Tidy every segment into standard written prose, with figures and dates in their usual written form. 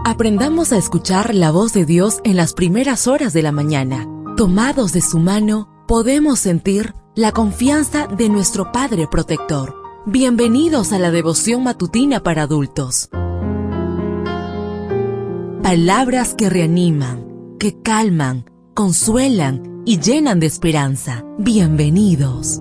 Aprendamos a escuchar la voz de Dios en las primeras horas de la mañana. Tomados de su mano, podemos sentir la confianza de nuestro Padre Protector. Bienvenidos a la devoción matutina para adultos. Palabras que reaniman, que calman, consuelan y llenan de esperanza. Bienvenidos.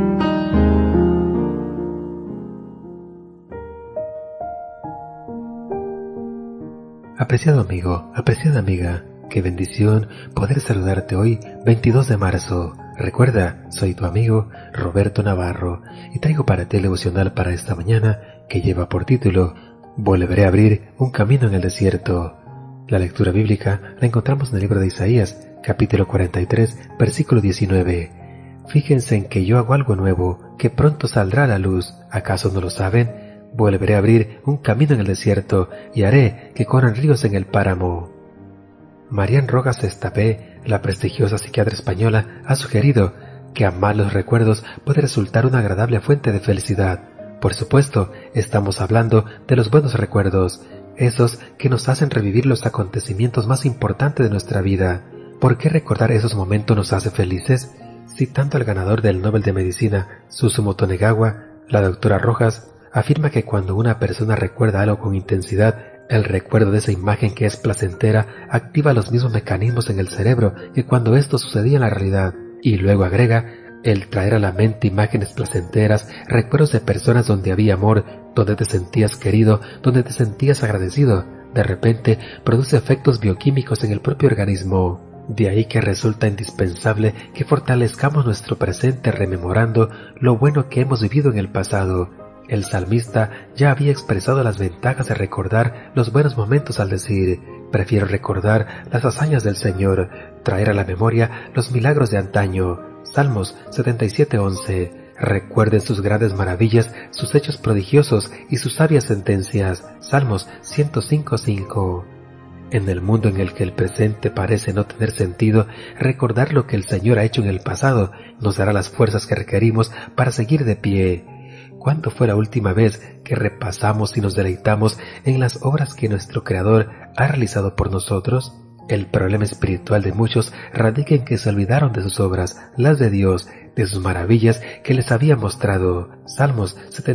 Apreciado amigo, apreciada amiga, qué bendición poder saludarte hoy, 22 de marzo. Recuerda, soy tu amigo Roberto Navarro y traigo para ti el devocional para esta mañana que lleva por título Volveré a abrir un camino en el desierto. La lectura bíblica la encontramos en el libro de Isaías, capítulo 43, versículo 19. Fíjense en que yo hago algo nuevo, que pronto saldrá a la luz. ¿Acaso no lo saben? Volveré a abrir un camino en el desierto y haré que corran ríos en el páramo. Marian Rojas Estapé, la prestigiosa psiquiatra española, ha sugerido que amar los recuerdos puede resultar una agradable fuente de felicidad. Por supuesto, estamos hablando de los buenos recuerdos, esos que nos hacen revivir los acontecimientos más importantes de nuestra vida. ¿Por qué recordar esos momentos nos hace felices? Citando al ganador del Nobel de Medicina, Susumu Tonegawa, la doctora Rojas afirma que cuando una persona recuerda algo con intensidad, el recuerdo de esa imagen que es placentera activa los mismos mecanismos en el cerebro que cuando esto sucedía en la realidad. Y luego agrega, el traer a la mente imágenes placenteras, recuerdos de personas donde había amor, donde te sentías querido, donde te sentías agradecido, de repente produce efectos bioquímicos en el propio organismo. De ahí que resulta indispensable que fortalezcamos nuestro presente rememorando lo bueno que hemos vivido en el pasado. El salmista ya había expresado las ventajas de recordar los buenos momentos al decir, prefiero recordar las hazañas del Señor, traer a la memoria los milagros de antaño. Salmos 77:11. Recuerden sus grandes maravillas, sus hechos prodigiosos y sus sabias sentencias. Salmos 105:5. En el mundo en el que el presente parece no tener sentido, recordar lo que el Señor ha hecho en el pasado nos dará las fuerzas que requerimos para seguir de pie. ¿Cuándo fue la última vez que repasamos y nos deleitamos en las obras que nuestro Creador ha realizado por nosotros? El problema espiritual de muchos radica en que se olvidaron de sus obras, las de Dios, de sus maravillas que les había mostrado. Salmos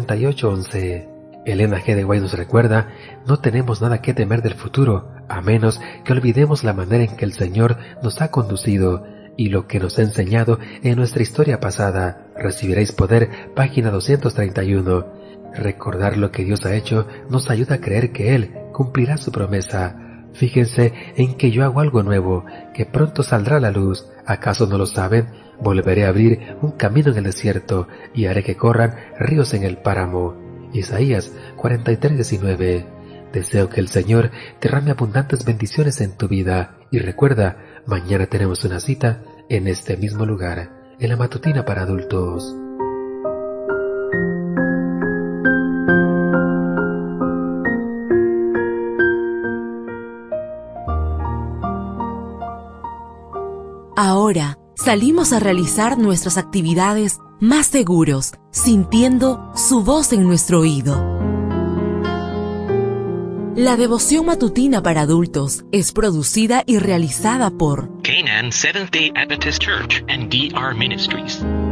78:11. Elena G. de White nos recuerda, no tenemos nada que temer del futuro, a menos que olvidemos la manera en que el Señor nos ha conducido y lo que nos ha enseñado en nuestra historia pasada. Recibiréis poder, página 231. Recordar lo que Dios ha hecho nos ayuda a creer que Él cumplirá su promesa. Fíjense en que yo hago algo nuevo, que pronto saldrá a la luz. ¿Acaso no lo saben? Volveré a abrir un camino en el desierto y haré que corran ríos en el páramo. Isaías 43:19. Deseo que el Señor derrame abundantes bendiciones en tu vida y recuerda, mañana tenemos una cita en este mismo lugar, en la matutina para adultos. Ahora salimos a realizar nuestras actividades más seguros, sintiendo su voz en nuestro oído. La devoción matutina para adultos es producida y realizada por Canaan Seventh-day Adventist Church and DR Ministries.